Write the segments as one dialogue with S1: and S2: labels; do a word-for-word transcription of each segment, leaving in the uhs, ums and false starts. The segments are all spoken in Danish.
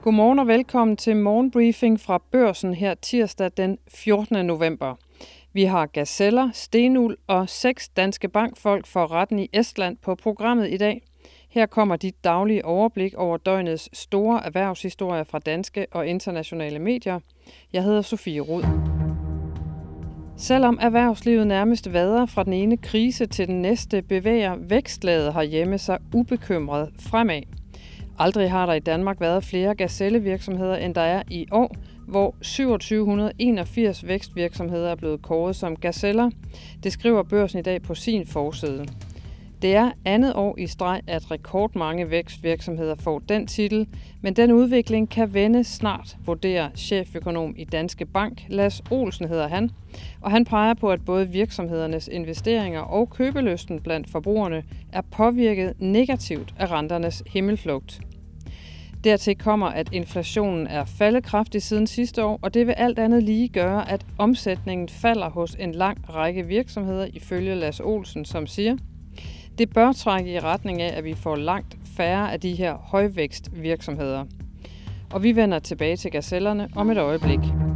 S1: Godmorgen og velkommen til morgenbriefing fra Børsen her tirsdag den fjortende november. Vi har gazeller, stenuld og seks danske bankfolk for retten i Estland på programmet i dag. Her kommer dit daglige overblik over døgnets store erhvervshistorier fra danske og internationale medier. Jeg hedder Sofie Rud. Selvom erhvervslivet nærmest vader fra den ene krise til den næste, bevæger vækstlaget herhjemme sig ubekymret fremad. Aldrig har der i Danmark været flere gazellevirksomheder, end der er i år, hvor syv tusind syv hundrede og enogfirs vækstvirksomheder er blevet kåret som gazeller. Det skriver Børsen i dag på sin forside. Det er andet år i streg, at rekordmange vækstvirksomheder får den titel, men den udvikling kan vende snart, vurderer cheføkonom i Danske Bank, Lars Olsen hedder han, og han peger på, at både virksomhedernes investeringer og købelysten blandt forbrugerne er påvirket negativt af renternes himmelflugt. Dertil kommer, at inflationen er faldet kraftigt siden sidste år, og det vil alt andet lige gøre, at omsætningen falder hos en lang række virksomheder, ifølge Lars Olsen, som siger: det bør trække i retning af, at vi får langt færre af de her højvækstvirksomheder. Og vi vender tilbage til gazellerne om et øjeblik.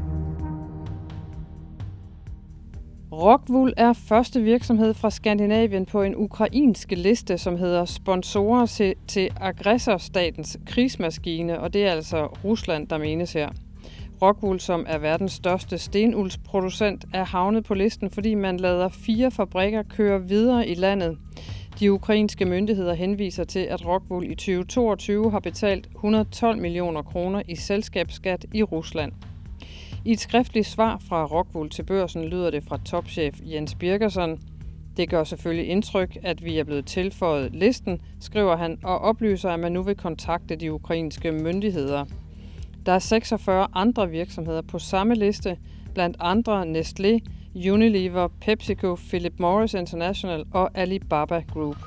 S1: Rockwool er første virksomhed fra Skandinavien på en ukrainsk liste, som hedder sponsorer til aggressorstatens krigsmaskine, og det er altså Rusland, der menes her. Rockwool, som er verdens største stenuldsproducent, er havnet på listen, fordi man lader fire fabrikker køre videre i landet. De ukrainske myndigheder henviser til, at Rockwool i tyve toogtyve har betalt et hundrede og tolv millioner kroner i selskabsskat i Rusland. I et skriftligt svar fra Rockwool til Børsen lyder det fra topchef Jens Birgersson: det gør selvfølgelig indtryk, at vi er blevet tilføjet listen, skriver han, og oplyser, at man nu vil kontakte de ukrainske myndigheder. Der er seksogfyrre andre virksomheder på samme liste, blandt andre Nestlé, Unilever, PepsiCo, Philip Morris International og Alibaba Group.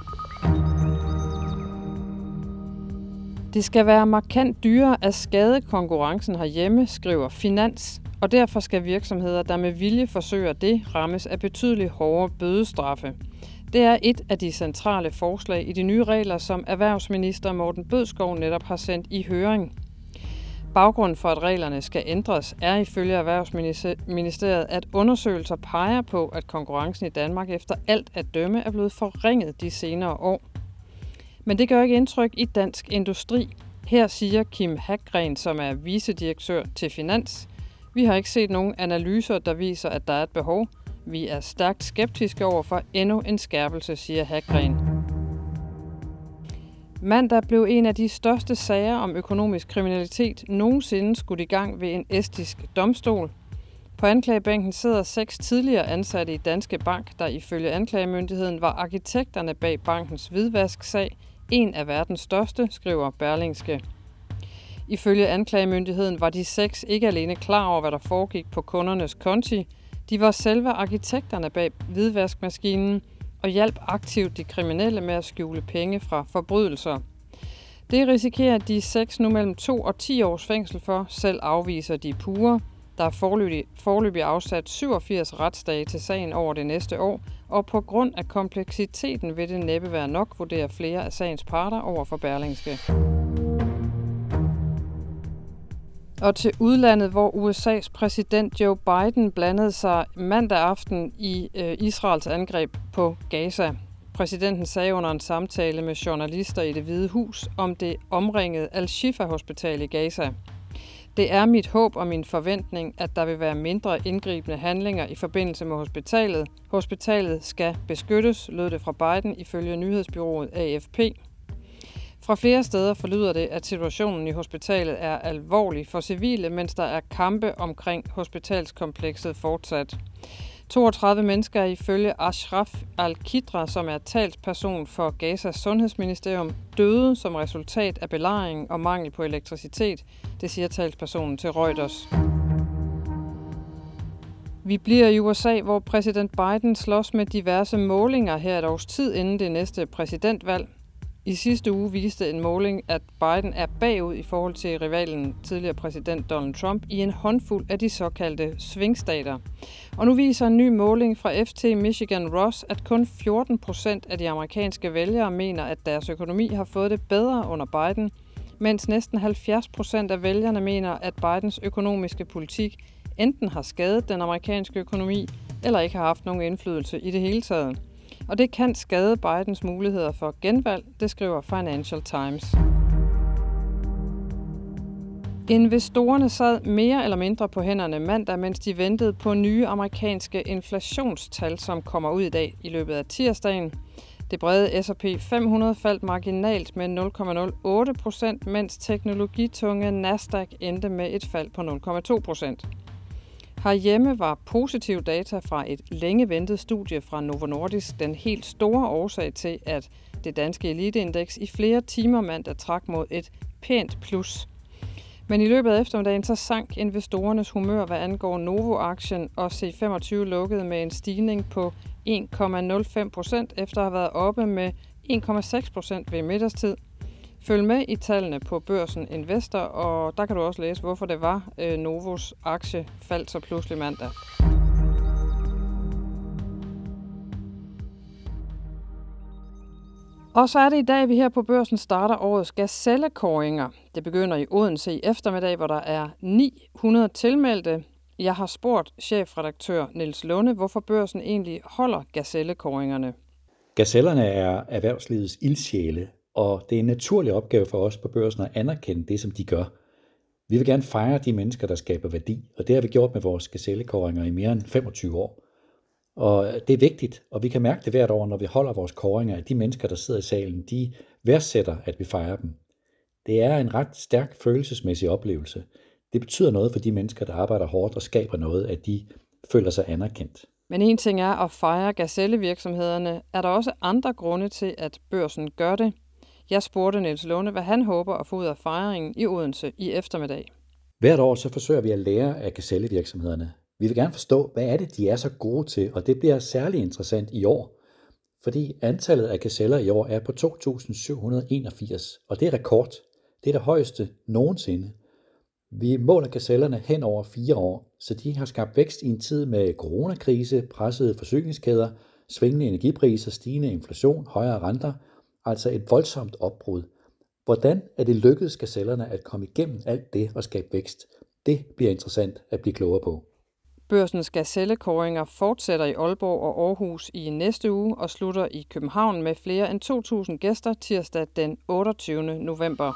S1: Det skal være markant dyrere at skade konkurrencen herhjemme, skriver Finans, og derfor skal virksomheder, der med vilje forsøger det, rammes af betydeligt hårdere bødestraffe. Det er et af de centrale forslag i de nye regler, som erhvervsminister Morten Bødskov netop har sendt i høring. Baggrunden for, at reglerne skal ændres, er ifølge Erhvervsministeriet, at undersøgelser peger på, at konkurrencen i Danmark efter alt at dømme er blevet forringet de senere år. Men det gør ikke indtryk i Dansk Industri. Her siger Kim Hackgren, som er vicedirektør til Finans: vi har ikke set nogen analyser, der viser, at der er et behov. Vi er stærkt skeptiske over for endnu en skærpelse, siger Hackgren. Mandag blev en af de største sager om økonomisk kriminalitet nogensinde skudt i gang ved en estisk domstol. På anklagebænken sidder seks tidligere ansatte i Danske Bank, der ifølge anklagemyndigheden var arkitekterne bag bankens hvidvasksag, en af verdens største, skriver Berlingske. Ifølge anklagemyndigheden var de seks ikke alene klar over, hvad der foregik på kundernes konti, de var selve arkitekterne bag hvidvaskmaskinen og hjalp aktivt de kriminelle med at skjule penge fra forbrydelser. Det risikerer de seks nu mellem to og ti års fængsel for, selv afviser de pure. Der er forløbig, forløbig afsat syvogfirs retsdage til sagen over det næste år, og på grund af kompleksiteten vil det næppe være nok, vurderer flere af sagens parter over for Berlingske. Og til udlandet, hvor U S A's præsident Joe Biden blandede sig mandag aften i øh, Israels angreb på Gaza. Præsidenten sagde under en samtale med journalister i Det Hvide Hus om det omringede Al-Shifa-hospital i Gaza: det er mit håb og min forventning, at der vil være mindre indgribende handlinger i forbindelse med hospitalet. Hospitalet skal beskyttes, lød det fra Biden ifølge nyhedsbureauet A F P. Fra flere steder forlyder det, at situationen i hospitalet er alvorlig for civile, mens der er kampe omkring hospitalskomplekset fortsat. toogtredive mennesker er ifølge Ashraf al-Qidra, som er talsperson for Gazas sundhedsministerium, døde som resultat af belejringen og mangel på elektricitet, det siger talspersonen til Reuters. Vi bliver i U S A, hvor præsident Biden slås med diverse målinger her et års tid inden det næste præsidentvalg. I sidste uge viste en måling, at Biden er bagud i forhold til rivalen tidligere præsident Donald Trump i en håndfuld af de såkaldte svingstater. Og nu viser en ny måling fra F T Michigan Ross, at kun fjorten procent af de amerikanske vælgere mener, at deres økonomi har fået det bedre under Biden, mens næsten halvfjerds procent af vælgerne mener, at Bidens økonomiske politik enten har skadet den amerikanske økonomi, eller ikke har haft nogen indflydelse i det hele taget. Og det kan skade Bidens muligheder for genvalg, det skriver Financial Times. Investorerne sad mere eller mindre på hænderne mandag, mens de ventede på nye amerikanske inflationstal, som kommer ud i dag i løbet af tirsdagen. Det brede S og P fem hundrede faldt marginalt med nul komma nul otte procent, mens teknologitunge Nasdaq endte med et fald på nul komma to procent. Herhjemme var positiv data fra et længe ventet studie fra Novo Nordisk den helt store årsag til, at det danske eliteindeks i flere timer mandag trak mod et pænt plus. Men i løbet af eftermiddagen så sank investorernes humør, hvad angår Novo-aktien, og C femogtyve lukkede med en stigning på en komma nul fem procent efter at have været oppe med en komma seks procent ved middagstid. Følg med i tallene på Børsen Investor, og der kan du også læse, hvorfor det var, øh, Novos aktie faldt så pludselig mandag. Og så er det i dag, vi her på Børsen starter årets gazellekåringer. Det begynder i Odense i eftermiddag, hvor der er ni hundrede tilmeldte. Jeg har spurgt chefredaktør Niels Lunde, hvorfor Børsen egentlig holder gazellekåringerne.
S2: Gazellerne er erhvervslivets ildsjæle, og det er en naturlig opgave for os på Børsen at anerkende det, som de gør. Vi vil gerne fejre de mennesker, der skaber værdi, og det har vi gjort med vores gazellekåringer i mere end femogtyve år. Og det er vigtigt, og vi kan mærke det hvert år, når vi holder vores kåringer, at de mennesker, der sidder i salen, de værdsætter, at vi fejrer dem. Det er en ret stærk følelsesmæssig oplevelse. Det betyder noget for de mennesker, der arbejder hårdt og skaber noget, at de føler sig anerkendt.
S1: Men en ting er at fejre gazellevirksomhederne. Er der også andre grunde til, at Børsen gør det? Jeg spurgte Niels Lunde, hvad han håber at få ud af fejringen i Odense i eftermiddag.
S2: Hvert år så forsøger vi at lære af gazellevirksomhederne. Vi vil gerne forstå, hvad er det, de er så gode til, og det bliver særlig interessant i år, fordi antallet af gazeller i år er på to tusind syv hundrede enogfirs, og det er rekord. Det er det højeste nogensinde. Vi måler gazellerne hen over fire år, så de har skabt vækst i en tid med coronakrise, pressede forsyningskæder, svingende energipriser, stigende inflation, højere renter, altså et voldsomt opbrud. Hvordan er det lykkedes gazellerne at komme igennem alt det og skabe vækst? Det bliver interessant at blive klogere på.
S1: Børsens gazellekåringer fortsætter i Aalborg og Aarhus i næste uge og slutter i København med flere end to tusind gæster tirsdag den otteogtyvende november.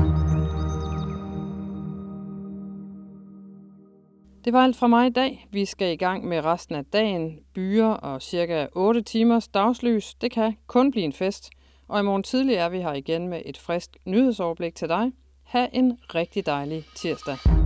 S1: Det var alt fra mig i dag. Vi skal i gang med resten af dagen. Byer og cirka otte timers dagslys. Det kan kun blive en fest. Og i morgen tidlig er vi her igen med et frisk nyhedsoverblik til dig. Ha' en rigtig dejlig tirsdag.